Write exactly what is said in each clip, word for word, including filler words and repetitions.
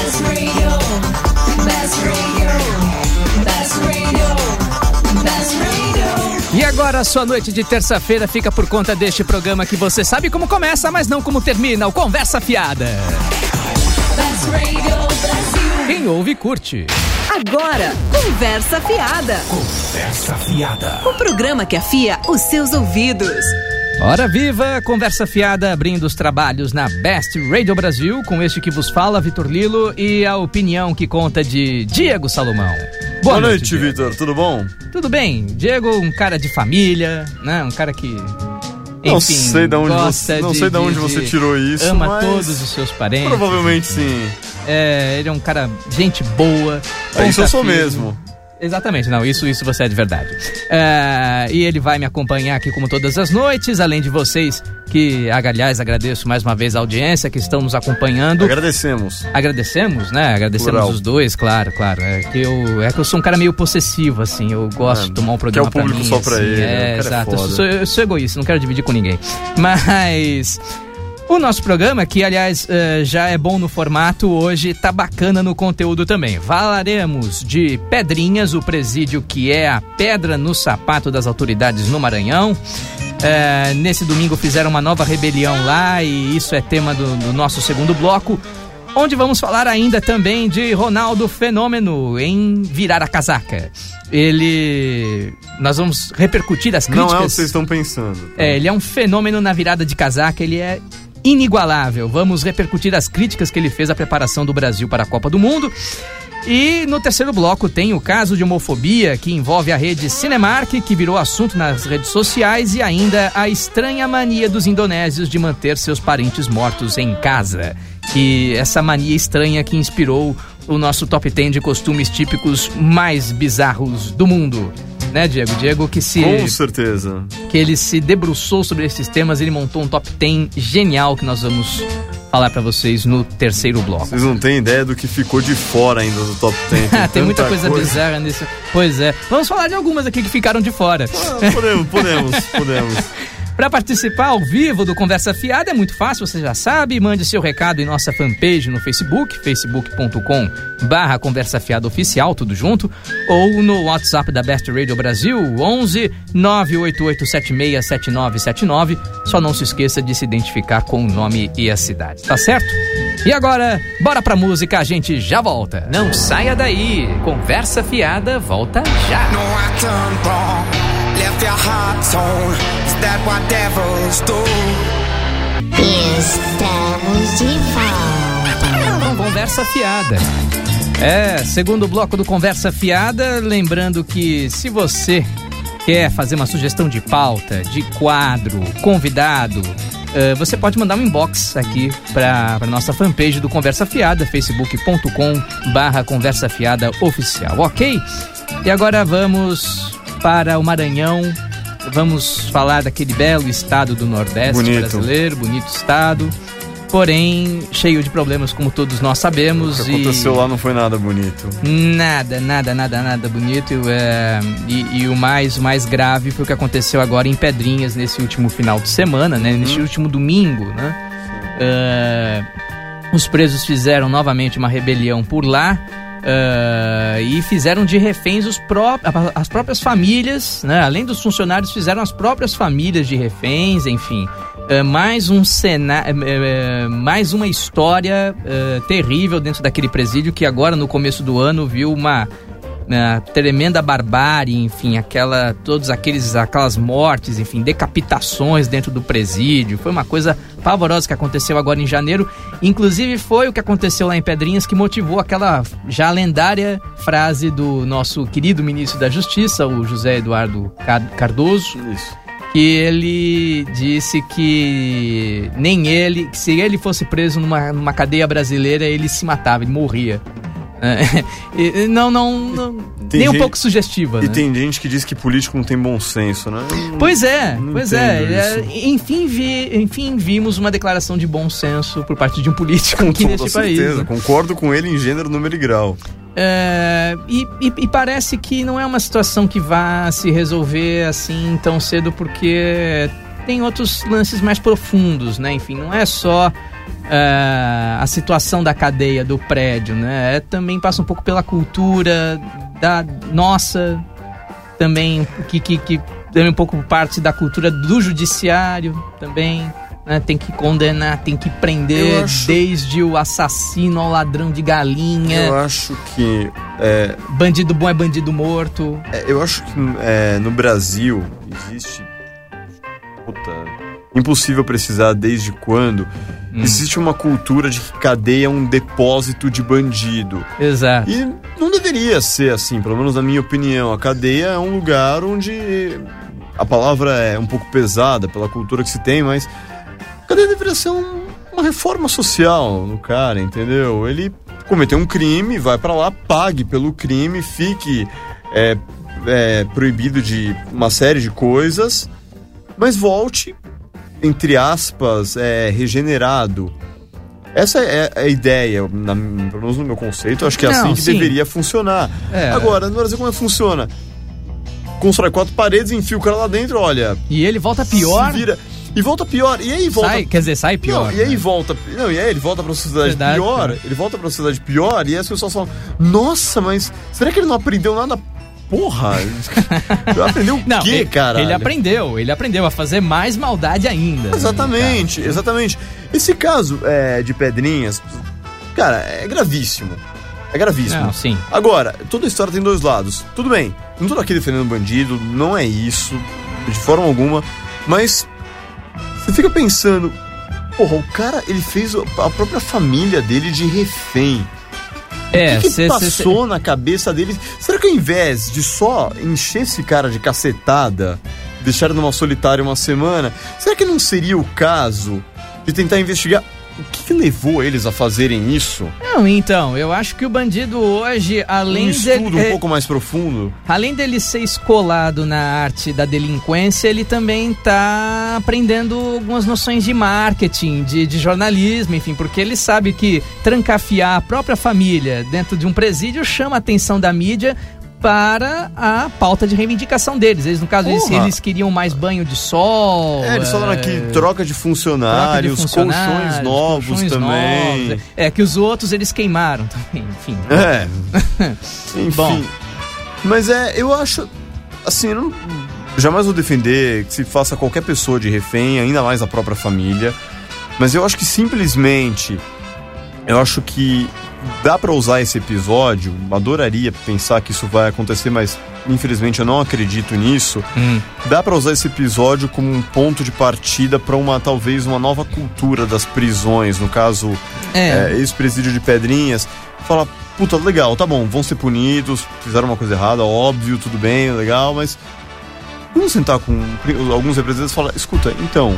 Best Radio, Best Radio, Best Radio, Best Radio. E agora a sua noite de terça-feira fica por conta deste programa que você sabe como começa, mas não como termina, o Conversa Fiada. Best Radio Brasil. Quem ouve, curte. Agora, Conversa Fiada. Conversa Fiada. O programa que afia os seus ouvidos. Hora viva, Conversa Fiada abrindo os trabalhos na Best Radio Brasil, com este que vos fala, Vitor Lilo, e a opinião que conta de Diego Salomão. Boa, Boa noite, noite Vitor, tudo bom? Tudo bem, Diego, um cara de família, né? Um cara que, enfim, não sei de onde gosta você, não de, sei de onde de, você tirou isso, ama mas todos os seus parentes. Provavelmente sim. É, ele é um cara, gente boa. É, isso eu sou mesmo. Exatamente, não, isso, isso você é de verdade. É, e ele vai me acompanhar aqui como todas as noites, além de vocês que, aliás, agradeço mais uma vez a audiência que estão nos acompanhando. Agradecemos. Agradecemos, né? Agradecemos Plural. Os dois, claro, claro. É que, eu, é que eu sou um cara meio possessivo, assim, eu gosto é, de tomar um programa pra mim. Que é o público só pra assim, ele, é, né? Exato, é eu, sou, eu sou egoísta, não quero dividir com ninguém. Mas... o nosso programa, que aliás uh, já é bom no formato, hoje tá bacana no conteúdo também. Falaremos de Pedrinhas, o presídio que é a pedra no sapato das autoridades no Maranhão. Uh, nesse domingo fizeram uma nova rebelião lá e isso é tema do, do nosso segundo bloco, onde vamos falar ainda também de Ronaldo Fenômeno em virar a casaca. Ele... nós vamos repercutir as críticas. Não é o que vocês estão pensando. Tá? É, ele é um fenômeno na virada de casaca, ele é inigualável. Vamos repercutir as críticas que ele fez à preparação do Brasil para a Copa do Mundo. E no terceiro bloco tem o caso de homofobia que envolve a rede Cinemark, que virou assunto nas redes sociais, e ainda a estranha mania dos indonésios de manter seus parentes mortos em casa. E essa mania estranha que inspirou o nosso top dez de costumes típicos mais bizarros do mundo. Né, Diego? Diego que se... Com certeza. Que ele se debruçou sobre esses temas, ele montou um top dez genial que nós vamos falar pra vocês no terceiro bloco. Vocês não têm ideia do que ficou de fora ainda do top dez. Tem, tem muita coisa, coisa bizarra nesse... Pois é. Vamos falar de algumas aqui que ficaram de fora. Ah, podemos, podemos, podemos. Para participar ao vivo do Conversa Fiada é muito fácil, você já sabe. Mande seu recado em nossa fanpage no Facebook, facebook ponto com barra Conversa Fiada Oficial, tudo junto. Ou no WhatsApp da Best Radio Brasil, onze nove oito oito sete seis sete nove sete nove. Só não se esqueça de se identificar com o nome e a cidade, tá certo? E agora, bora pra música, a gente já volta. Não saia daí, Conversa Fiada volta já. No, I turned wrong. Left your heart torn. Is that what devils do? Estamos de volta. Conversa Fiada. É, segundo bloco do Conversa Fiada, lembrando que se você quer fazer uma sugestão de pauta, de quadro, convidado, uh, você pode mandar um inbox aqui para a nossa fanpage do Conversa Fiada, facebook ponto com barra Conversa Fiada Oficial, ok? E agora vamos para o Maranhão, vamos falar daquele belo estado do Nordeste bonito. brasileiro, bonito estado, porém cheio de problemas, como todos nós sabemos. O que aconteceu e... lá não foi nada bonito. Nada, nada, nada, nada bonito. É... E, e o mais, o mais grave foi o que aconteceu agora em Pedrinhas, nesse último final de semana, né? Nesse hum. último domingo, né? É... Os presos fizeram novamente uma rebelião por lá. Uh, e fizeram de reféns os pró- as próprias famílias, né? Além dos funcionários, fizeram as próprias famílias de reféns, enfim. Uh, mais um cenário, uh, uh, mais uma história uh, terrível dentro daquele presídio que agora no começo do ano viu uma uh, tremenda barbárie, enfim, aquela, todos aqueles, aquelas mortes, enfim, decapitações dentro do presídio. Foi uma coisa pavorosa que aconteceu agora em janeiro. Inclusive foi o que aconteceu lá em Pedrinhas que motivou aquela já lendária frase do nosso querido ministro da Justiça, o José Eduardo Cardoso. Isso. Que ele disse que nem ele, que se ele fosse preso numa, numa cadeia brasileira, ele se matava, ele morria. É, não, não, não nem gente, um pouco sugestiva. E né? tem gente que diz que político não tem bom senso, né? Não, pois é, pois é. Isso. Enfim, vi, enfim, vimos uma declaração de bom senso por parte de um político aqui com neste certeza, país. Né? Concordo com ele em gênero, número e grau. É, e, e, e parece que não é uma situação que vá se resolver assim tão cedo, porque tem outros lances mais profundos, né? Enfim, não é só uh, a situação da cadeia, do prédio, né? É, também passa um pouco pela cultura da nossa, também que, que, que também um pouco parte da cultura do judiciário também. Né, tem que condenar, tem que prender, acho... desde o assassino ao ladrão de galinha. Eu acho que... É... bandido bom é bandido morto. É, eu acho que é, no Brasil existe... Puta... Impossível precisar desde quando. Hum. Existe uma cultura de que cadeia é um depósito de bandido. Exato. E não deveria ser assim, pelo menos na minha opinião. A cadeia é um lugar onde... A palavra é um pouco pesada pela cultura que se tem, mas... Cadeia deveria ser um, uma reforma social no cara, entendeu? Ele cometeu um crime, vai pra lá, pague pelo crime, fique é, é, proibido de uma série de coisas, mas volte, entre aspas, é, regenerado. Essa é a ideia, na, pelo menos no meu conceito, eu acho que é Não, assim que sim. deveria funcionar. É. Agora, no Brasil, como é que funciona? Constrói quatro paredes, enfia o cara lá dentro, olha... E ele volta pior... Se vira... E volta pior, e aí volta... Sai, quer dizer, sai pior. Não, e aí né? volta... Não, e aí ele volta pra sociedade Verdade, pior, cara. ele volta pra sociedade pior, e aí as pessoas falam, nossa, mas será que ele não aprendeu nada? Porra! Aprendeu o não, quê, ele, cara? Ele aprendeu, ele aprendeu a fazer mais maldade ainda. Exatamente, exatamente. Esse caso é, de Pedrinhas, cara, é gravíssimo. É gravíssimo. Não, sim. Agora, toda a história tem dois lados. Tudo bem, não tô aqui defendendo bandido, não é isso, de forma alguma, mas... Você fica pensando, porra, o cara, ele fez a própria família dele de refém. É, o que, que cê, passou cê, na cabeça dele? Será que ao invés de só encher esse cara de cacetada, deixar ele numa solitária uma semana, será que não seria o caso de tentar investigar o que, que levou eles a fazerem isso? Não, então, eu acho que o bandido hoje, além um estudo de, um é, pouco mais profundo. Além dele ser escolado na arte da delinquência, ele também tá aprendendo algumas noções de marketing, de, de jornalismo, enfim, porque ele sabe que trancafiar a própria família dentro de um presídio chama a atenção da mídia para a pauta de reivindicação deles. Eles, no caso, eles, eles queriam mais banho de sol. É, eles falaram aqui, troca de funcionários, troca de funcionários colchões novos colchões também. Novos. É, que os outros eles queimaram também, enfim. É. Enfim. Bom. Mas é, eu acho, assim, eu não, jamais vou defender que se faça qualquer pessoa de refém, ainda mais a própria família. Mas eu acho que simplesmente, eu acho que dá pra usar esse episódio, adoraria pensar que isso vai acontecer, mas infelizmente eu não acredito nisso. Hum. Dá pra usar esse episódio como um ponto de partida pra uma, talvez, uma nova cultura das prisões, no caso, é. É, esse presídio de Pedrinhas. Fala, puta, legal, tá bom, vão ser punidos, fizeram uma coisa errada, óbvio, tudo bem, legal, mas vamos sentar com alguns representantes e falar, escuta, então,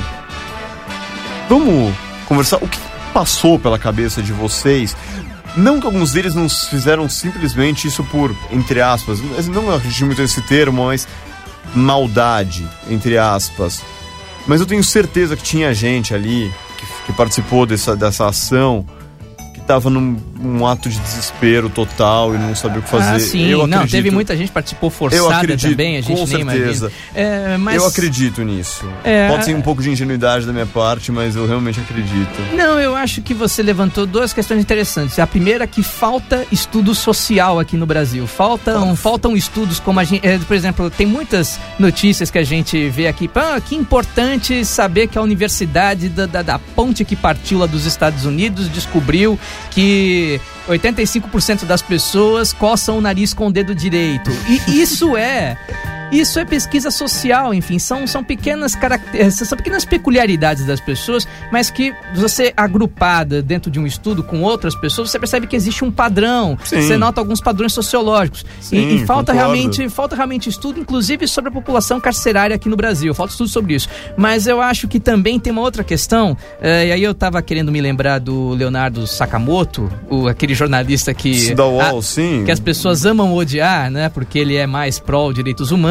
vamos conversar, o que passou pela cabeça de vocês? Não que alguns deles não fizeram simplesmente isso por, entre aspas, não acredito muito nesse termo, mas maldade, entre aspas. Mas eu tenho certeza que tinha gente ali que, que participou dessa, dessa ação, que estava num um ato de desespero total e não sabia o que fazer. Ah, sim. Eu não, acredito, teve muita gente que participou forçada eu acredito, também, a gente com nem certeza. É, mas... Eu acredito nisso. É, Pode ser um pouco de ingenuidade da minha parte, mas eu realmente acredito. Não, eu acho que você levantou duas questões interessantes. A primeira é que falta estudo social aqui no Brasil. Faltam, faltam estudos como a gente... É, por exemplo, tem muitas notícias que a gente vê aqui. Ah, que importante saber que a universidade da, da, da ponte que partiu lá dos Estados Unidos descobriu que oitenta e cinco por cento das pessoas coçam o nariz com o dedo direito. E isso é... Isso é pesquisa social, enfim, são, são, pequenas caracter... são pequenas peculiaridades das pessoas, mas que você agrupada dentro de um estudo com outras pessoas, você percebe que existe um padrão, Sim. você nota alguns padrões sociológicos. Sim, e, e falta, realmente, falta realmente estudo, inclusive sobre a população carcerária aqui no Brasil, falta estudo sobre isso. Mas eu acho que também tem uma outra questão, é, e aí eu tava querendo me lembrar do Leonardo Sakamoto, o, aquele jornalista que... Da U O L, a, sim. Que as pessoas amam odiar, né, porque ele é mais pró-direitos humanos,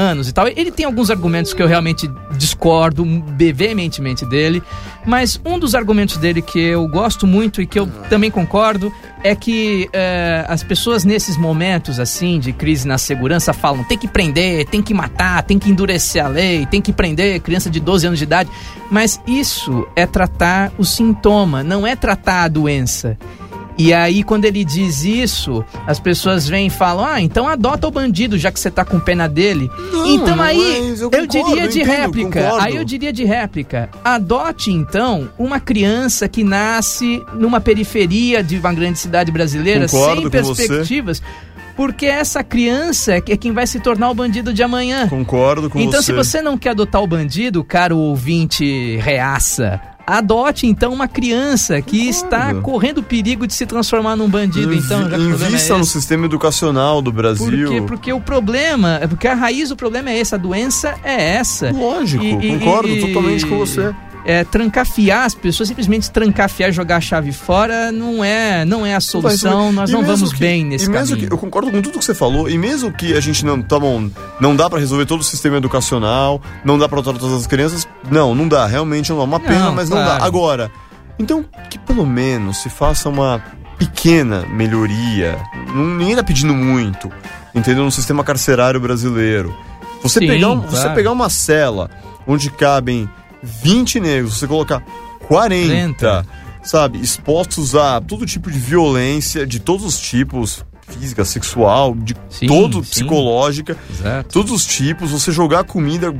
anos e tal. Ele tem alguns argumentos que eu realmente discordo veementemente dele, mas um dos argumentos dele que eu gosto muito e que eu também concordo é que é, as pessoas nesses momentos assim de crise na segurança falam tem que prender, tem que matar, tem que endurecer a lei, tem que prender criança de doze anos de idade, mas isso é tratar o sintoma, não é tratar a doença. E aí, quando ele diz isso, as pessoas vêm e falam, ah, então adota o bandido, já que você tá com pena dele. Não, então não aí, é isso, eu eu, concordo, diria eu de entendo, réplica, concordo. aí eu diria de réplica, adote então uma criança que nasce numa periferia de uma grande cidade brasileira, Concordo sem com você. perspectivas, porque essa criança é quem vai se tornar o bandido de amanhã. Concordo com Então, você. se você não quer adotar o bandido, caro ouvinte reaça, adote então uma criança que está correndo perigo de se transformar num bandido. Invi- Então, já que o problema invista é no esse. sistema educacional do Por Brasil. quê? Porque o problema, é porque a raiz do problema é essa, a doença é essa. Lógico, E- e- concordo e- totalmente com você. É, trancafiar as pessoas, simplesmente trancafiar e jogar a chave fora não é, não é a solução, nós E não mesmo vamos que- bem nesse e mesmo caminho. que, eu concordo com tudo que você falou, e mesmo que a gente não, tá bom, não dá pra resolver todo o sistema educacional, não dá pra tratar todas as crianças, não, não dá, realmente não dá, uma pena, Não, mas não claro. dá. Agora, então que pelo menos se faça uma pequena melhoria, não, ninguém tá pedindo muito, entendeu, no sistema carcerário brasileiro. Você, Sim, pegar, um- claro. você pegar uma cela onde cabem vinte negros, você colocar quarenta, quarenta. sabe, expostos a todo tipo de violência, de todos os tipos, física, sexual, de Sim, todo sim. psicológica, Exato. todos os tipos, você jogar comida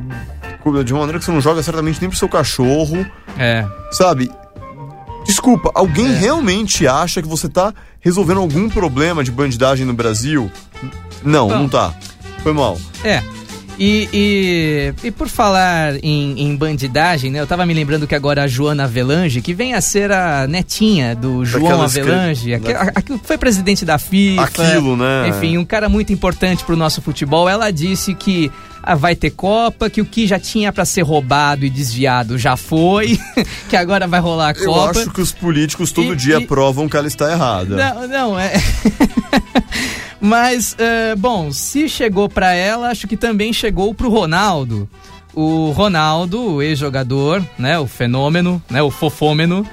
de uma maneira que você não joga certamente nem pro seu cachorro, É. sabe? Desculpa, alguém É. realmente acha que você tá resolvendo algum problema de bandidagem no Brasil? Não, Bom. não tá. Foi mal. É. E, e, e por falar em, em bandidagem, né? Eu tava me lembrando que agora a Joana Avelange, que vem a ser a netinha do João Daquela escre- Avelange, da- aquele, aquele que foi presidente da FIFA. Aquilo, né? Enfim, um cara muito importante pro nosso futebol. Ela disse que ah, vai ter Copa, que o que já tinha pra ser roubado e desviado já foi, que agora vai rolar a Eu Copa. acho que os políticos todo E- dia e- provam que ela está errada. Não, não, é. Mas, é, bom, se chegou pra ela, acho que também chegou pro Ronaldo. O Ronaldo, o ex-jogador, né, o fenômeno, né, o fofômeno,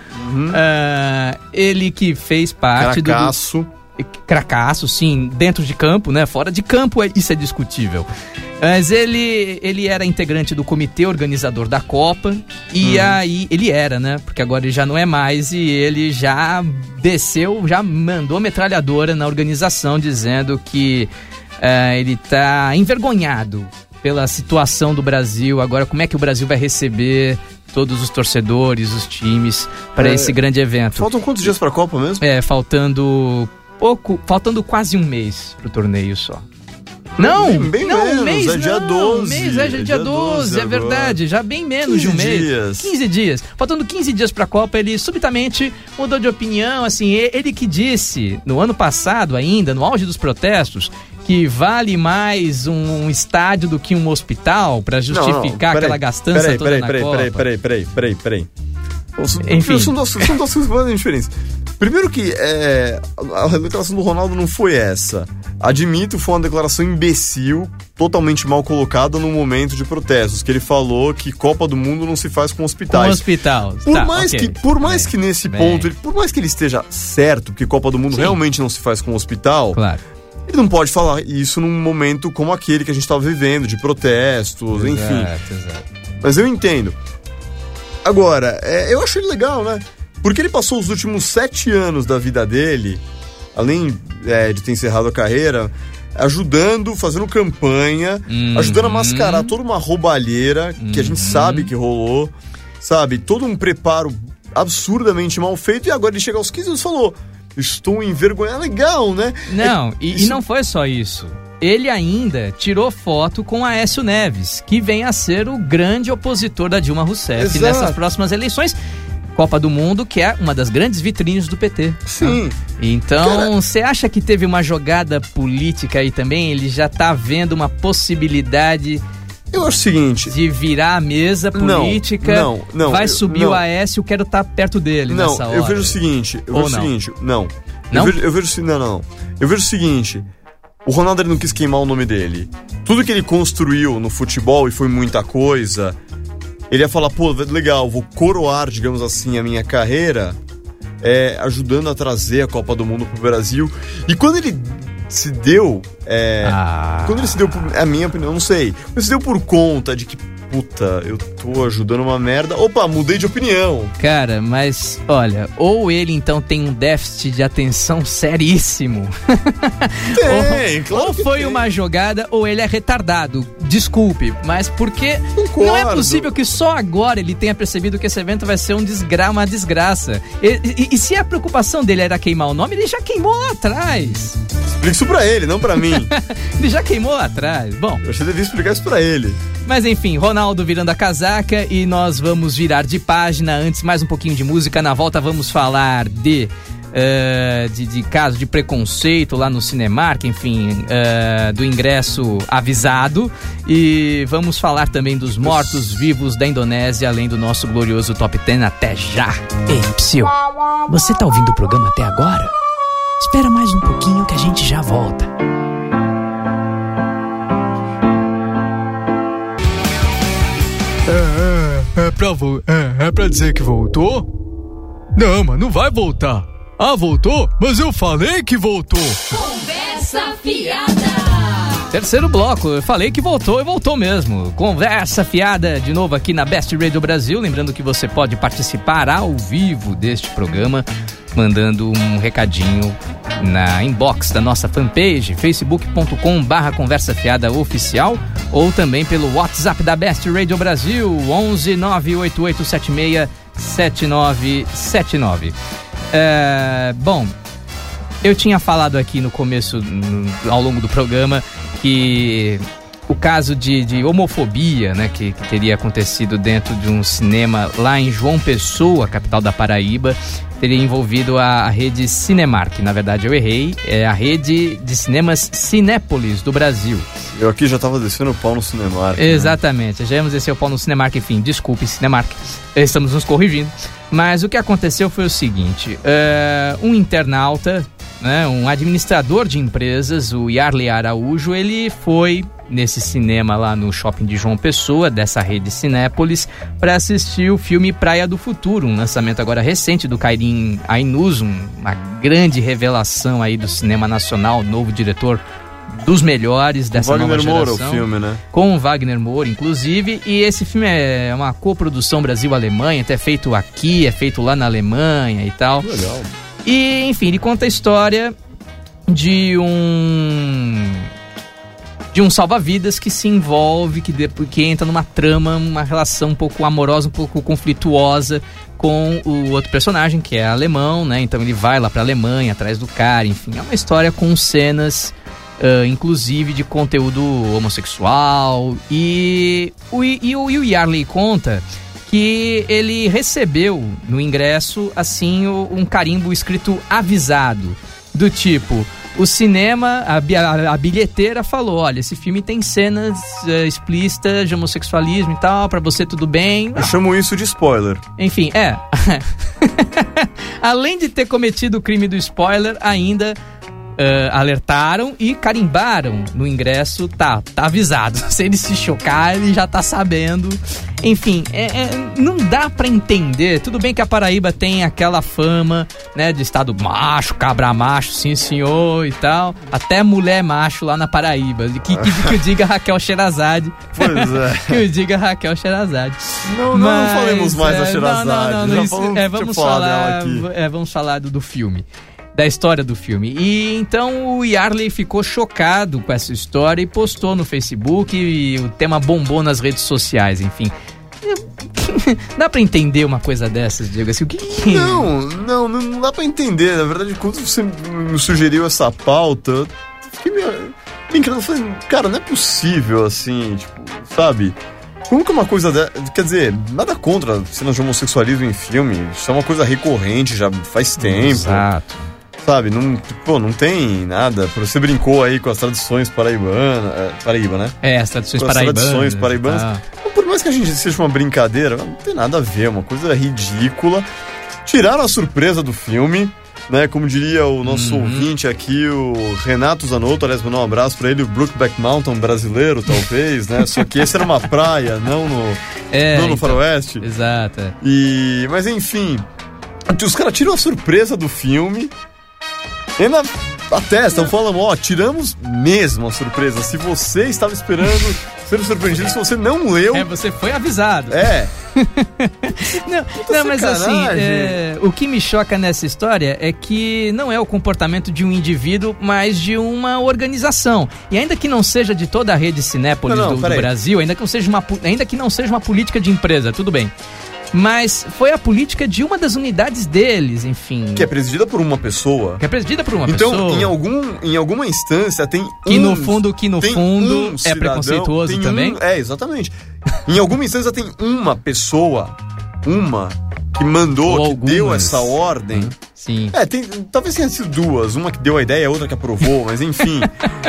é, ele que fez parte do... Cracaço. Cracaço, sim, dentro de campo, né? Fora de campo, é- isso é discutível. Mas ele, ele era integrante do comitê organizador da Copa. E aí, ele era, né? Porque agora ele já não é mais. E ele já desceu, já mandou metralhadora na organização, dizendo que eh, ele tá envergonhado pela situação do Brasil. Agora, como é que o Brasil vai receber todos os torcedores, os times, para É, esse grande evento? Faltam quantos dias pra Copa mesmo? É, faltando pouco, faltando quase um mês pro torneio só. Não, Bem- bem não, menos, um mês, é dia não, doze, um mês, é, dia, é dia dia doze, doze é verdade, já bem menos de um quinze mês. dias. quinze dias. Faltando quinze dias pra Copa, ele subitamente mudou de opinião, assim, e- ele que disse, no ano passado ainda, no auge dos protestos, que vale mais um estádio do que um hospital pra justificar peraí, aquela gastança peraí, toda peraí, na peraí, Copa. peraí, peraí, peraí, peraí, peraí. Enfim. São duas, são duas coisas completamente diferentes. Primeiro que é, a declaração do Ronaldo não foi essa. Admito, foi uma declaração imbecil, totalmente mal colocada no momento de protestos, que ele falou que Copa do Mundo não se faz com Com hospitais. hospital. Por, Tá, mais ok. que, por mais Bem, que nesse bem. ponto, ele- por mais que ele esteja certo, que Copa do Mundo Sim. realmente não se faz com hospital, Claro. ele não pode falar isso num momento como aquele que a gente estava vivendo, de protestos, enfim. Exato, exato. Mas eu entendo. Agora, é, eu acho ele legal, né? Porque ele passou os últimos sete anos da vida dele, além é, de ter encerrado a carreira, ajudando, fazendo campanha, Uhum. ajudando a mascarar toda uma roubalheira que a gente sabe que rolou, sabe? Todo um preparo absurdamente mal feito, e agora ele chega aos quinze anos e falou: estou envergonhado. Legal, né? Não, e, e isso- não foi só isso. Ele ainda tirou foto com Aécio Neves, que vem a ser o grande opositor da Dilma Rousseff Exato. nessas próximas eleições. Copa do Mundo, que é uma das grandes vitrines do P T. Sim. Então, você acha que teve uma jogada política aí também? Ele já tá vendo uma possibilidade Eu acho o seguinte. de virar a mesa Não, política? não, não, Vai eu- subir não. o Aécio, quero estar perto dele Não, nessa hora. eu vejo o seguinte. Eu Ou vejo não? o seguinte. Não. Não? Eu vejo, eu vejo o se- não, não, não. Eu vejo o seguinte. O Ronaldo ele não quis queimar o nome dele. tudo que ele construiu no futebol, e foi muita coisa, ele ia falar, pô, legal, vou coroar, digamos assim, a minha carreira, é, ajudando a trazer a Copa do Mundo pro Brasil. E quando ele se deu, é, Ah. quando ele se deu, por, é a minha opinião, não sei, quando ele se deu por conta de que, puta, eu tô ajudando uma merda, opa, mudei de opinião. Cara, mas olha, ou ele então tem um déficit de atenção seríssimo. Tem, ou, claro ou que foi tem. uma jogada, ou ele é retardado. Desculpe, mas porque Concordo. não é possível que só agora ele tenha percebido que esse evento vai ser um desgra uma desgraça. E, e- e se a preocupação dele era queimar o nome, ele já queimou lá atrás. Explica isso pra ele, não pra mim. Ele já queimou lá atrás. Bom, Eu achei que devia explicar isso pra ele. mas enfim, Ronaldo virando a casaca e nós vamos virar de página. Antes, mais um pouquinho de música. Na volta vamos falar de, eh, de, de caso de preconceito lá no Cinemark, enfim, eh, do ingresso avisado. E vamos falar também dos mortos-vivos da Indonésia, além do nosso glorioso Top dez. Até já! Ei, Psyu, você tá ouvindo o programa até agora? Espera mais um pouquinho que a gente já volta. É, é, é, pra vo- é, é pra dizer que voltou? Não, mas não vai voltar. Ah, voltou? Mas eu falei que voltou. Conversa fiada. Terceiro bloco, eu falei que voltou e voltou mesmo. Conversa fiada de novo aqui na Best Radio Brasil. Lembrando que você pode participar ao vivo deste programa, mandando um recadinho na inbox da nossa fanpage, facebook ponto com barra conversa fiada oficial, ou também pelo WhatsApp da Best Radio Brasil, onze nove oito oito sete seis sete nove sete nove. É, bom, eu tinha falado aqui no começo, no- ao longo do programa, que o caso de, de homofobia, né, que, que teria acontecido dentro de um cinema lá em João Pessoa, capital da Paraíba, teria envolvido a, a rede Cinemark. Na verdade, eu errei, é a rede de cinemas Cinépolis do Brasil. Eu aqui já tava descendo o pau no Cinemark. né? Exatamente, já íamos descer o pau no Cinemark, enfim, desculpe Cinemark, estamos nos corrigindo. Mas o que aconteceu foi o seguinte, é, um internauta, né, um administrador de empresas, o Yarley Araújo, ele foi nesse cinema lá no shopping de João Pessoa, dessa rede Cinépolis, para assistir o filme Praia do Futuro, um lançamento agora recente do Kairin Ainuz, um- uma grande revelação aí do cinema nacional, novo diretor dos melhores dessa Wagner nova Moura, geração. o filme, né? Com o Wagner Moura, inclusive, e esse filme é uma coprodução Brasil-Alemanha, até feito aqui, é feito lá na Alemanha e tal. Legal. E, enfim, ele conta a história de um de um salva-vidas que se envolve, que, de, que entra numa trama, uma relação um pouco amorosa, um pouco conflituosa com o outro personagem, que é alemão, né? Então ele vai lá pra Alemanha, atrás do cara, enfim. É uma história com cenas, ah, inclusive, de conteúdo homossexual. E o, e, o, e o Yarley conta que ele recebeu no ingresso, assim, o- um carimbo escrito avisado, do tipo, o cinema, a, bi- a- a bilheteira falou, olha, esse filme tem cenas eh, explícitas de homossexualismo e tal, pra você tudo bem. Eu chamo isso de spoiler. Enfim, é. Além de ter cometido o crime do spoiler, ainda eh, alertaram e carimbaram no ingresso, tá, tá avisado. Se ele se chocar, ele já tá sabendo. Enfim, é- é, não dá pra entender. Tudo bem que a Paraíba tem aquela fama, né, de estado macho, cabra macho, sim senhor e tal. Até mulher macho lá na Paraíba. Que, que, que eu diga Raquel Sherazade. Pois é. Que eu diga Raquel Sherazade. Não, não, Mas, falemos mais da é, Sherazade. Não, não, não, Já isso- falamos- é, deixa eu vamos falar dela falar, aqui. é, vamos falar do, do filme, da história do filme. E então o Yarley ficou chocado com essa história e postou no Facebook, e o tema bombou nas redes sociais, enfim. Dá pra entender uma coisa dessas, Diego? Assim, o que que... Não, não, não dá pra entender. Na verdade, quando você me sugeriu essa pauta, eu fiquei meio me incrédulo. Eu falei, cara, não é possível assim, tipo, sabe? Como que uma coisa dessa... Quer dizer, nada contra cenas de homossexualismo em filme. Isso é uma coisa recorrente já faz tempo. Exato. Sabe? Não, pô, não tem nada. Você brincou aí com as tradições paraibanas. É, Paraíba, né? É, as tradições Com as paraibanas. tradições paraibanas. tá. Então, por mais que a gente seja uma brincadeira, não tem nada a ver, é uma coisa ridícula. Tiraram a surpresa do filme, né? Como diria o nosso Uhum. ouvinte aqui, o Renato Zanotto, aliás, mandar um abraço pra ele, o Brookback Mountain brasileiro, talvez, né? Só que esse era uma praia, não no, É, não no então, faroeste. Exato. é. E, mas enfim, os caras tiram a surpresa do filme e ainda até estão falando, ó, tiramos mesmo a surpresa. Se você estava esperando ser surpreendido, se você não leu... É, você foi avisado. É, Não, não, mas assim, sacanagem. é, o que me choca nessa história é que não é o comportamento de um indivíduo, mas de uma organização. E ainda que não seja de toda a rede Cinépolis Não, não, do, do peraí. Brasil, ainda que, não seja uma, pu- ainda que não seja uma política de empresa, tudo bem. Mas foi a política de uma das unidades deles, enfim. que é presidida por uma pessoa. Que é presidida por uma Então, pessoa. em, algum, em alguma instância tem Que um, no fundo, que no tem fundo um é cidadão, preconceituoso tem um- também. é, exatamente. Em alguma instância tem uma pessoa, uma, que mandou, Ou que deu algumas. essa ordem. Sim. É, tem, talvez tenha sido duas. Uma que deu a ideia, a outra que aprovou, mas enfim.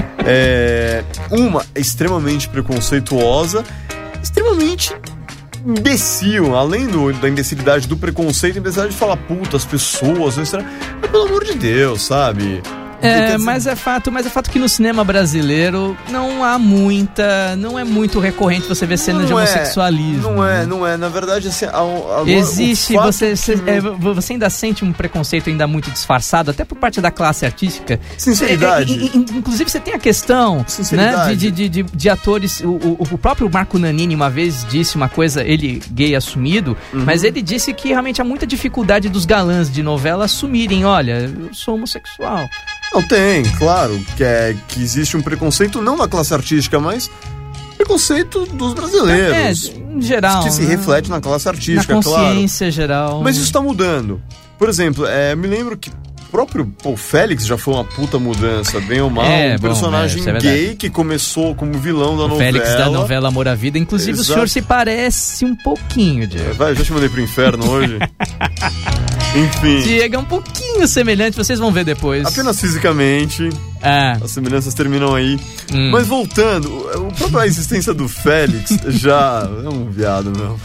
é, uma extremamente preconceituosa, extremamente imbecil, além do, da imbecilidade do preconceito, a imbecilidade de falar puta, as pessoas, mas pelo amor de Deus, sabe? Quer É, dizer, mas é fato, mas é fato que no cinema brasileiro não há muita, não é muito recorrente você ver cenas de não é, homossexualismo. Não é, né? não é. Na verdade, assim, a- agora, Existe, o fato você, que você, me- é, você ainda sente um preconceito ainda muito disfarçado, até por parte da classe artística. Sinceridade. É, é, in- inclusive você tem a questão, né, Sinceridade. de, de, de, de atores. O, o, o próprio Marco Nanini uma vez disse uma coisa, ele gay assumido, Uhum. mas ele disse que realmente há muita dificuldade dos galãs de novela assumirem, olha, eu sou homossexual. Não tem, claro, que, é, que existe um preconceito não na classe artística, mas preconceito dos brasileiros. É, em geral. que se né? reflete na classe na artística, claro. consciência geral. Mas isso está mudando. Por exemplo, é, me lembro que o próprio pô, Félix já foi uma puta mudança, bem ou mal. É, um bom, personagem é, isso é verdade. gay que começou como vilão da O novela. Félix da novela Amor à Vida. Inclusive, Exato. o senhor se parece um pouquinho, Diego. Vai, já te mandei pro inferno hoje. Enfim, Diego é um pouquinho semelhante, vocês vão ver depois. apenas fisicamente, Ah, as semelhanças terminam aí. hum. Mas voltando, o própria existência do Félix já... É um viado, meu.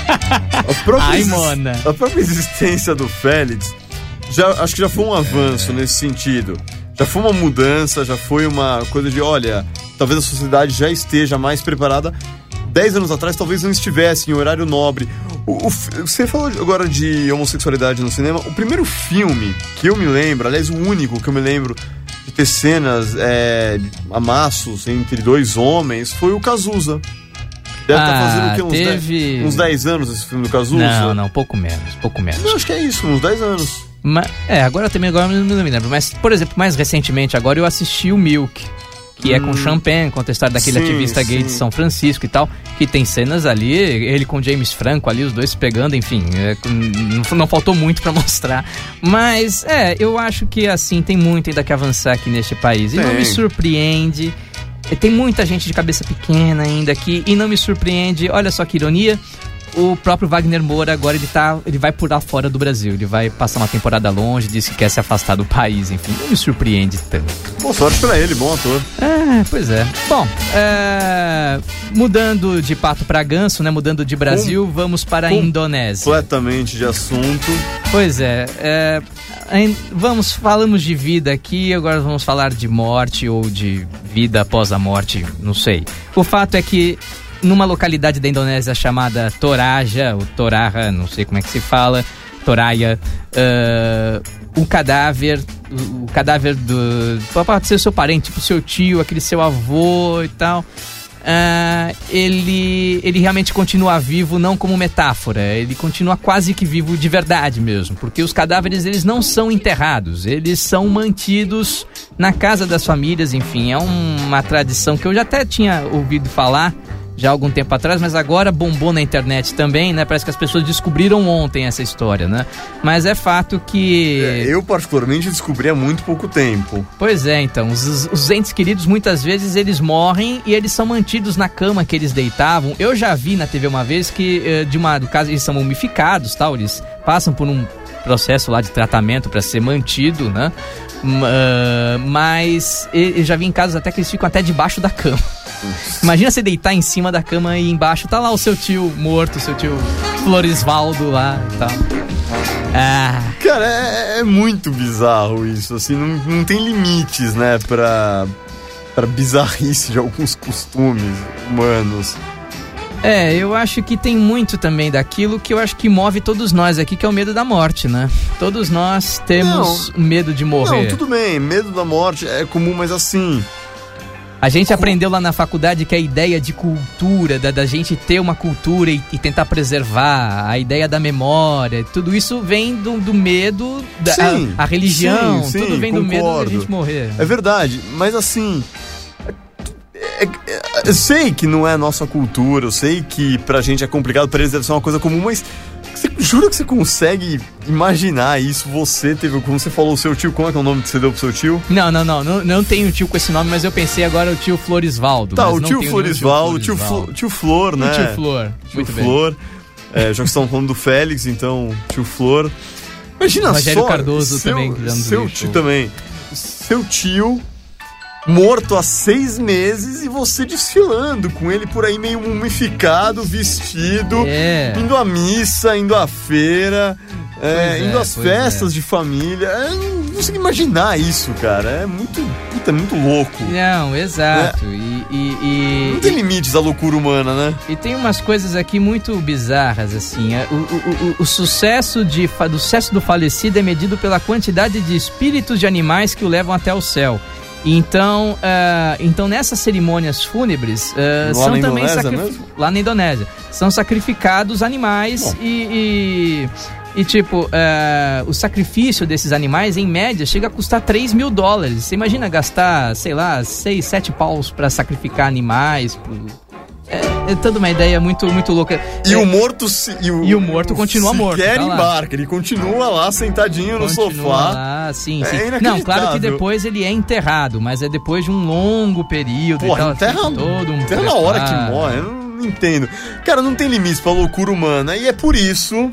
A própria, Ai, exis- Mona. a própria existência do Félix, já, acho que já foi um avanço nesse sentido. Já foi uma mudança, já foi uma coisa de, olha, talvez a sociedade já esteja mais preparada. Dez anos atrás, talvez não estivesse em horário nobre. O, o, você falou agora de homossexualidade no cinema. O primeiro filme que eu me lembro, aliás, o único que eu me lembro de ter cenas, é, amassos entre dois homens, foi o Cazuza. Deve estar Ah, fazendo o quê? Uns, teve- dez, uns dez anos esse filme do Cazuza? Não, não, pouco menos, pouco menos. Eu acho que é isso, uns dez anos. Ma- é, agora também agora eu não me lembro. Mas, por exemplo, mais recentemente agora eu assisti o Milk, que é com Champagne, conta a história daquele Sim, ativista gay sim. de São Francisco e tal, que tem cenas ali, ele com James Franco ali, os dois se pegando, enfim, é, não, não faltou muito pra mostrar. Mas, é, eu acho que, assim, tem muito ainda que avançar aqui neste país. E não Tem. me surpreende, é, tem muita gente de cabeça pequena ainda aqui, e não me surpreende, olha só que ironia, o próprio Wagner Moura agora ele, tá, ele vai pular fora do Brasil, ele vai passar uma temporada longe, disse que quer se afastar do país, enfim, não me surpreende tanto. Boa sorte pra ele, bom ator. É, pois é. Bom, é, mudando de pato pra ganso, né? Mudando de Brasil, vamos para a com- Indonésia. Completamente de assunto. Pois é, é, em- vamos, falamos de vida aqui, agora vamos falar de morte ou de vida após a morte, não sei. O fato é que numa localidade da Indonésia chamada Toraja, ou Toraja, não sei como é que se fala, Toraja, uh, um cadáver, o, o cadáver do... pode ser o seu parente, tipo seu tio, aquele seu avô e tal... Uh, ele, ele realmente continua vivo, não como metáfora, ele continua quase que vivo de verdade mesmo, porque os cadáveres eles não são enterrados, eles são mantidos na casa das famílias, enfim, é um, uma tradição que eu já até tinha ouvido falar já há algum tempo atrás, mas agora bombou na internet também, né? Parece que as pessoas descobriram ontem essa história, né? Mas é fato que... É, eu, particularmente, descobri há muito pouco tempo. Pois é, então, os, os entes queridos muitas vezes eles morrem e eles são mantidos na cama que eles deitavam. Eu já vi na T V uma vez que, de uma, no caso, eles são mumificados, tal, eles passam por um processo lá de tratamento para ser mantido, né? Uh, mas eu já vi em casos até que eles ficam até debaixo da cama. Imagina você deitar em cima da cama e embaixo tá lá o seu tio morto, o seu tio Florisvaldo lá e tal. Ah. Cara, é, é muito bizarro isso, assim, não, não tem limites, né, pra, pra bizarrice de alguns costumes humanos. É, eu acho que tem muito também daquilo que eu acho que move todos nós aqui, que é o medo da morte, né? Todos nós temos não, medo de morrer. Não, tudo bem, medo da morte é comum, mas assim... A gente Com... aprendeu lá na faculdade que a ideia de cultura, da, da gente ter uma cultura e, e tentar preservar, a ideia da memória, tudo isso vem do, do medo, da sim, a, a religião, sim, tudo sim, vem concordo. do medo da gente morrer. É verdade, mas assim... É, é, eu sei que não é a nossa cultura, eu sei que pra gente é complicado, pra eles deve ser uma coisa comum, mas você jura que você consegue imaginar isso? Você teve, como você falou, o seu tio, como é que é o nome que você deu pro seu tio? Não, não, não, não, não tenho tio com esse nome, mas eu pensei agora o tio Florisvaldo. Tá, mas o não tio tenho Florisvaldo, o tio, tio, Flo, tio Flor, né? O tio Flor, tio muito Flor. É, já que estão falando do Félix, então, tio Flor. Imagina o Rogério só, Cardoso seu, também, que já nos seu deixou. tio também. Seu tio... morto há seis meses e você desfilando com ele por aí meio mumificado, vestido, é. indo à missa, indo à feira, é, é, indo às festas é. de família. Eu não consigo imaginar isso, cara. É muito, puta, é muito louco. Não, exato. É. E, e, e, não tem limites à loucura humana, né? E tem umas coisas aqui muito bizarras, assim. O, o, o, o sucesso de, do sucesso do falecido é medido pela quantidade de espíritos de animais que o levam até o céu. Então, uh, então nessas cerimônias fúnebres uh, são também sacrif... lá na Indonésia são sacrificados animais e, e, e tipo uh, o sacrifício desses animais em média chega a custar três mil dólares. Você imagina gastar, sei lá, seis, sete paus para sacrificar animais? Pro... É, é toda uma ideia muito, muito louca. E é, o morto se, e, o, e o morto continua morto. Sequer tá embarca, ele continua lá sentadinho continua no sofá. Lá, sim, é sim. Não, claro que depois ele é enterrado, mas é depois de um longo período. Porra, e tal, enterra, assim, todo um enterra na hora que morre. Eu não entendo. Cara, não tem limites pra loucura humana. E é por isso.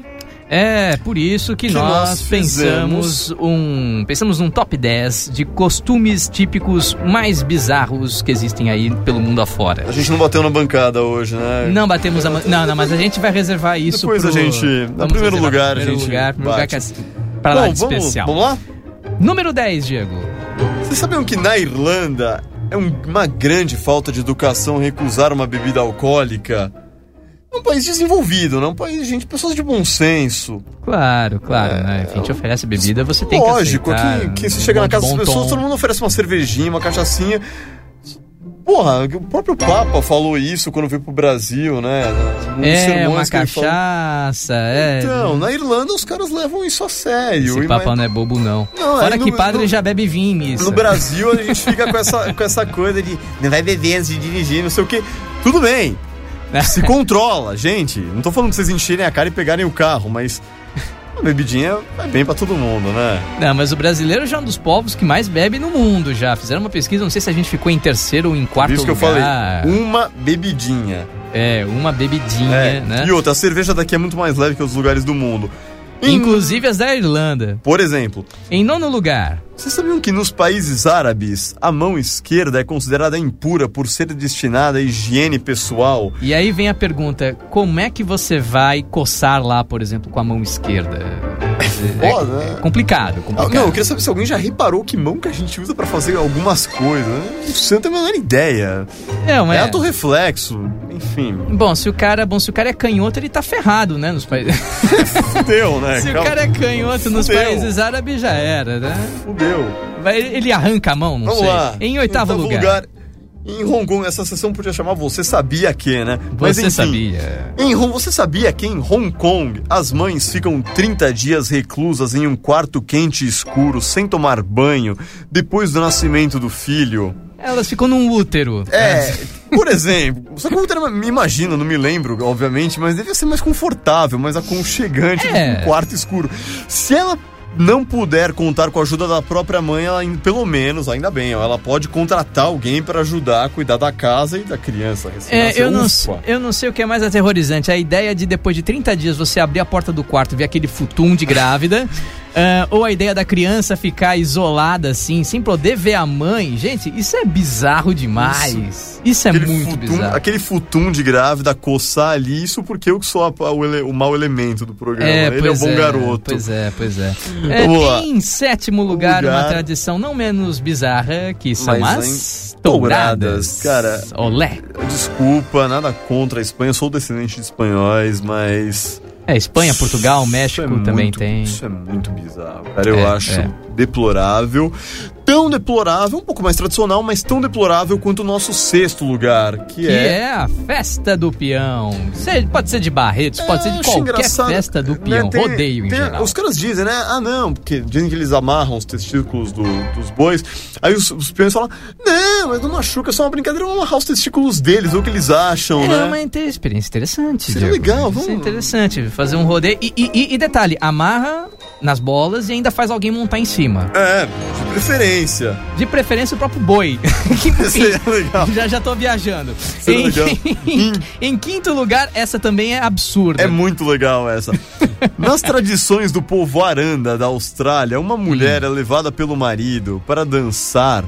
É, por isso que, que nós, nós pensamos um pensamos num top dez de costumes típicos mais bizarros que existem aí pelo mundo afora. A gente não bateu na bancada hoje, né? Não batemos a... Não, não, mas a gente vai reservar isso depois pro... a gente... No primeiro lugar, primeiro a gente lugar, primeiro lugar que é pra Bom, lá de vamos, especial. Vamos lá? Número dez, Diego. Vocês sabiam que na Irlanda é um, uma grande falta de educação recusar uma bebida alcoólica? É um país desenvolvido, né? Um país, gente, pessoas de bom senso. Claro, claro, é, né? A gente oferece bebida, você tem lógico, que aceitar. Lógico, que você chega na casa das pessoas, todo mundo oferece uma cervejinha, uma cachaçinha. Porra, o próprio Papa falou isso quando veio pro Brasil, né? Um é, uma cachaça, é. Então, na Irlanda os caras levam isso a sério. Esse Papa mas... não é bobo, não. não no, Fora que padre no, já bebe vinho nisso. No Brasil a gente fica com essa, com essa coisa de não vai beber antes de dirigir, não sei o quê. Tudo bem. Se controla, gente. Não tô falando que vocês encherem a cara e pegarem o carro, mas a bebidinha vai bem pra todo mundo, né? Não, mas o brasileiro já é um dos povos que mais bebe no mundo já. Fizeram uma pesquisa, não sei se a gente ficou em terceiro ou em quarto lugar. Por isso que lugar. eu falei, uma bebidinha. É, uma bebidinha, é. né? E outra, a cerveja daqui é muito mais leve que os lugares do mundo. Inclusive as da Irlanda. Por exemplo. Em nono lugar. Vocês sabiam que nos países árabes a mão esquerda é considerada impura por ser destinada à higiene pessoal? E aí vem a pergunta, como é que você vai coçar lá, por exemplo, com a mão esquerda? É, Foda, né? é complicado, complicado. Não, eu queria saber se alguém já reparou que mão que a gente usa pra fazer algumas coisas. Você não tem a menor ideia. Não, é... é autorreflexo, enfim. Bom, se o cara, bom, se o cara é canhoto, ele tá ferrado, né, nos países. Fudeu, né? Se Calma. o cara é canhoto nos Fudeu. países árabes, já era, né? Fudeu. Vai, ele arranca a mão, não Vamos sei. Lá. Em oitavo, oitavo lugar. lugar. Em Hong Kong, essa sessão podia chamar Você Sabia Que, né? Mas, você enfim, sabia. Em, você sabia que em Hong Kong as mães ficam trinta dias reclusas em um quarto quente e escuro, sem tomar banho, depois do nascimento do filho? Elas ficam num útero. É, por exemplo. Só que o útero, me imagino, não me lembro, obviamente, mas devia ser mais confortável, mais aconchegante é. do que um quarto escuro. Se ela não puder contar com a ajuda da própria mãe, ela, pelo menos, ainda bem, ela pode contratar alguém para ajudar a cuidar da casa e da criança. É, eu, não, eu não sei o que é mais aterrorizante. A ideia de depois de trinta dias você abrir a porta do quarto e ver aquele futum de grávida Uh, ou a ideia da criança ficar isolada assim, sem poder ver a mãe. Gente, isso é bizarro demais. Isso, isso é aquele muito futum, bizarro. Aquele futum de grávida coçar ali, isso porque eu que sou a, a, o, ele, o mau elemento do programa. É, Ele é o bom é, garoto. Pois é, pois é. Vamos é lá. em sétimo lugar, lugar, uma tradição não menos bizarra, que são Mas as touradas. Cara, olé. Desculpa, nada contra a Espanha, eu sou descendente de espanhóis, mas... É, Espanha, Portugal, México é também muito, tem. Isso é muito bizarro, cara. Eu É, acho é. deplorável. Tão deplorável, um pouco mais tradicional, mas tão deplorável quanto o nosso sexto lugar, que, Que é... é a festa do peão. Cê- pode ser de Barretos, pode ser de acho qualquer engraçado, festa do né, peão, tem- rodeio em tem- geral. Os caras dizem, né? Ah, não, porque dizem que eles amarram os testículos do- dos bois. Aí os, os peões falam, não, mas não machuca, é só uma brincadeira, vamos amarrar os testículos deles, ou o que eles acham, É né? uma inter- experiência interessante. Seria Diego. legal, Isso é vamos- interessante, fazer um rodeio. E, e- e- e detalhe, amarra nas bolas e ainda faz alguém montar em cima. É, de preferência. De preferência o próprio boi. Que, enfim, Seria legal. já, já tô viajando. Seria Em, legal. em, em quinto lugar, essa também é absurda. É muito legal essa. Nas tradições do povo Aranda da Austrália, uma mulher é levada pelo marido para dançar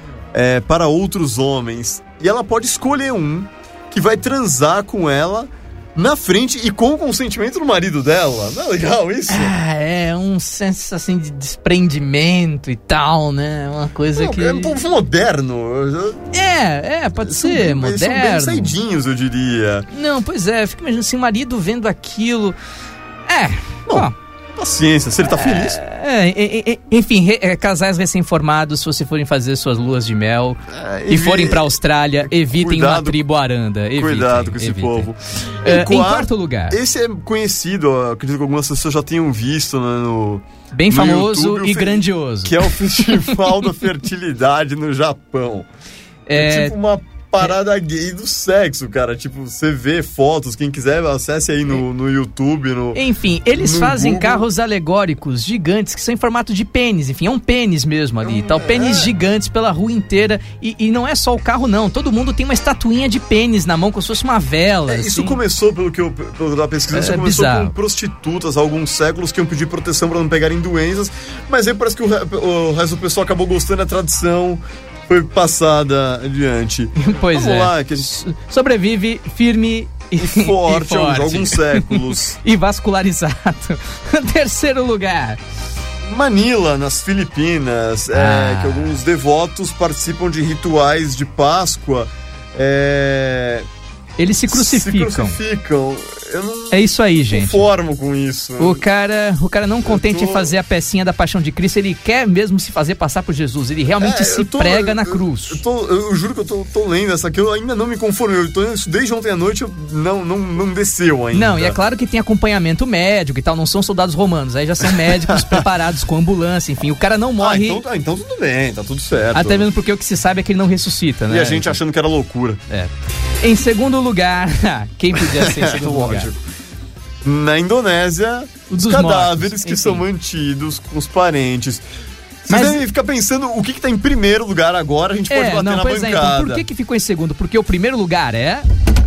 é, para outros homens. E ela pode escolher um que vai transar com ela na frente e com o consentimento do marido dela. Não é legal isso? Ah, é um senso assim de desprendimento e tal, né? Uma coisa Não, que. é um povo moderno. É, é, pode São ser, bem- eles são bem moderno. saidinhos, eu diria. Não, pois é, fica imaginando assim, o marido vendo aquilo. É, Bom, ó, paciência, se ele tá feliz. é, e- e- enfim, re- é, casais recém-formados, se vocês forem fazer suas luas de mel É, e evi- forem pra Austrália, evitem uma Cuidado- tribo aranda. Evitem, Cuidado com esse evitem. povo. É, Em em quarto- quarto lugar, Esse é conhecido, ó, acredito que algumas pessoas já tenham visto, né, no, bem no famoso YouTube, o e fe- grandioso. que é o Festival da Fertilidade no Japão. É É, tipo uma parada gay do sexo, cara. Tipo, você vê fotos, quem quiser, acesse aí no, no YouTube, no... Enfim, eles no fazem Google. carros alegóricos gigantes que são em formato de pênis. Enfim, é um pênis mesmo ali, tal. Pênis é. gigantes pela rua inteira. E, e não é só o carro, não. Todo mundo tem uma estatuinha de pênis na mão, como se fosse uma vela. É, isso assim. começou, pelo que eu pelo da pesquisa, É isso começou bizarro. com prostitutas há alguns séculos que iam pedir proteção para não pegarem doenças, mas aí parece que o, re- o resto do pessoal acabou gostando da tradição, foi passada adiante. Pois Vamos é. lá, que a gente Sobrevive firme e, e forte, e há forte. alguns séculos. E vascularizado. Terceiro lugar. Manila, nas Filipinas, é, Ah. que alguns devotos participam de rituais de Páscoa. É, Eles se crucificam. Se crucificam. Eu não É isso aí, me gente. conformo com isso. O cara, o cara não contente tô- em fazer a pecinha da Paixão de Cristo, ele quer mesmo se fazer passar por Jesus. Ele realmente É, se eu tô- prega na eu- cruz. Eu, tô- eu juro que eu tô, tô lendo essa aqui, eu ainda não me conformo. Eu tô lendo isso desde ontem à noite, eu não, não, não desceu ainda. Não, e é claro que tem acompanhamento médico e tal, não são soldados romanos, aí já são médicos preparados com ambulância, enfim, o cara não Ah, morre, então, tá- então tudo bem, tá tudo certo. até mesmo porque o que se sabe é que ele não ressuscita, né? E a gente achando que era loucura. É. Em segundo lugar, quem podia ser em segundo lugar? Lógico. Na Indonésia, O os dos cadáveres mortos, que enfim. são mantidos com os parentes. Vocês Mas- devem ficar pensando o que, que tá em primeiro lugar agora, a gente pode É, bater não, na pois é, bancada. então por que que ficou em segundo? Porque o primeiro lugar é...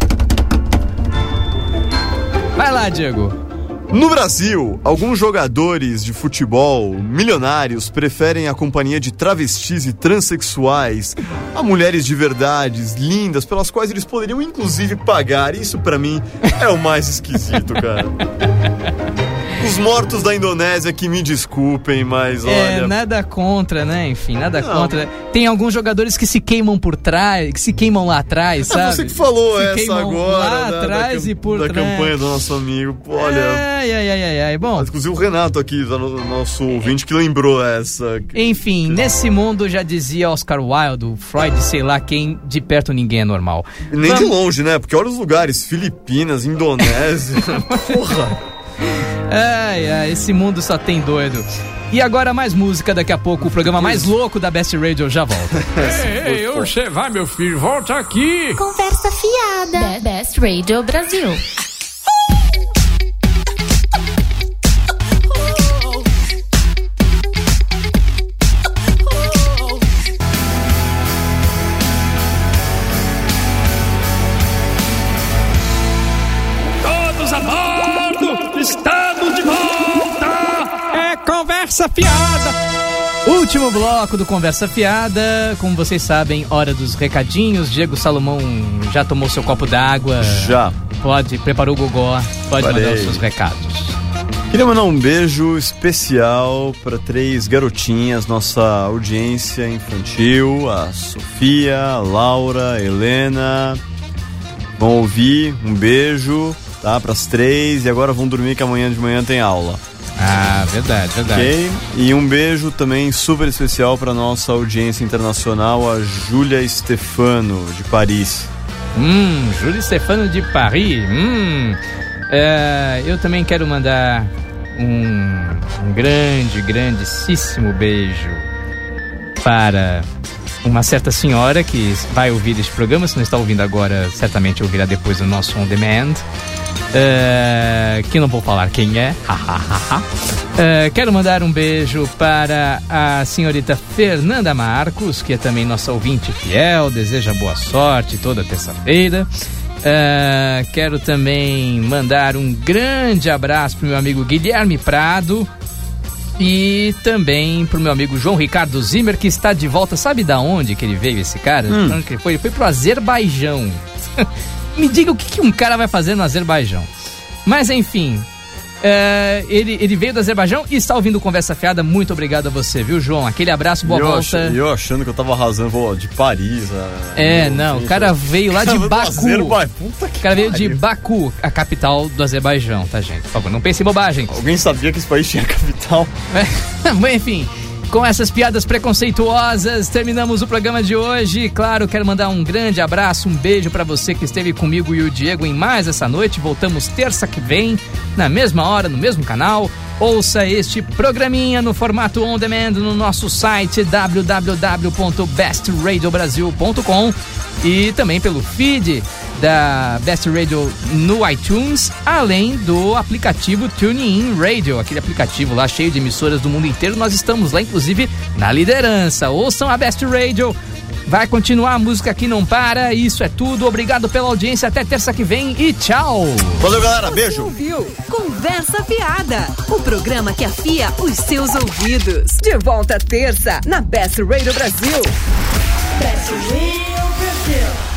Vai lá, Diego. No Brasil, alguns jogadores de futebol milionários preferem a companhia de travestis e transexuais a mulheres de verdades, lindas, pelas quais eles poderiam inclusive pagar. Isso pra mim é o mais esquisito, cara. Os mortos da Indonésia que me desculpem, mas É, olha... nada contra, né? Enfim, nada Não. contra. Tem alguns jogadores que se queimam por trás, que se queimam lá atrás, É sabe? você que falou Se essa queimam agora, lá da, atrás da, e por da trás. campanha do nosso amigo. Pô, olha... Ai, ai, ai, ai, ai. Bom, Inclusive o Renato aqui, o nosso ouvinte, que lembrou essa. enfim, nesse mundo já dizia Oscar Wilde, o Freud, sei lá quem, de perto ninguém é normal. E nem de Vamos- longe, né? Porque olha os lugares, Filipinas, Indonésia. Porra! Ai, ai, esse mundo só tem doido. E agora mais música, daqui a pouco o programa mais louco da Best Radio já volta. Ei, ei, você vai, meu filho, volta aqui. Conversa fiada. Be- Best Radio Brasil. Todos a bordo, estamos de volta. É conversa Último bloco do Conversa Fiada. Como vocês sabem, hora dos recadinhos. Diego Salomão já tomou seu copo d'água? Já. Pode, preparou o gogó, pode Parei. mandar os seus recados. Queria mandar um beijo especial para três garotinhas, nossa audiência infantil, a Sofia, a Laura, a Helena. Vão ouvir, um beijo, tá, para as três, e agora vão dormir que amanhã de manhã tem aula. Ah, verdade, verdade. Ok? E um beijo também super especial para nossa audiência internacional, a Júlia Stefano, de Paris. Hum, Júlia Stefano de Paris. Hum. É, eu também quero mandar um, um grande, grandíssimo beijo para uma certa senhora que vai ouvir este programa. Se não está ouvindo agora, certamente ouvirá depois do nosso On Demand. Uh, que não vou falar quem é. uh, Quero mandar um beijo para a senhorita Fernanda Marcos, que é também nossa ouvinte fiel, deseja boa sorte toda terça-feira. uh, Quero também mandar um grande abraço para o meu amigo Guilherme Prado e também para o meu amigo João Ricardo Zimmer, que está de volta. Sabe da onde que ele veio, esse cara? Hum. Onde que ele foi? Ele foi pro Azerbaijão. Me diga o que, que um cara vai fazer no Azerbaijão. Mas enfim, é, ele, ele veio do Azerbaijão e está ouvindo Conversa Fiada. Muito obrigado a você, viu, João? Aquele abraço, boa eu volta. Ach, eu achando que eu tava arrasando, vou de Paris. A... É, não, o cara veio lá de Baku. Puta que O cara veio pariu. de Baku, a capital do Azerbaijão, tá, gente? Por favor, não pense em bobagem. Alguém sabia que esse país tinha capital? É, bom, enfim... Com essas piadas preconceituosas, terminamos o programa de hoje. Claro, quero mandar um grande abraço, um beijo pra você que esteve comigo e o Diego em mais essa noite. Voltamos terça que vem, na mesma hora, no mesmo canal. Ouça este programinha no formato on demand no nosso site w w w ponto best radio brasil ponto com e também pelo feed da Best Radio no iTunes, além do aplicativo TuneIn Radio, aquele aplicativo lá cheio de emissoras do mundo inteiro. Nós estamos lá, inclusive, na liderança. Ouçam a Best Radio. Vai continuar, a música aqui não para. Isso é tudo. Obrigado pela audiência. Até terça que vem e tchau. Valeu, galera. Você Beijo. ouviu Conversa Fiada, o programa que afia os seus ouvidos. De volta terça na Best Radio Brasil. Best Radio Brasil.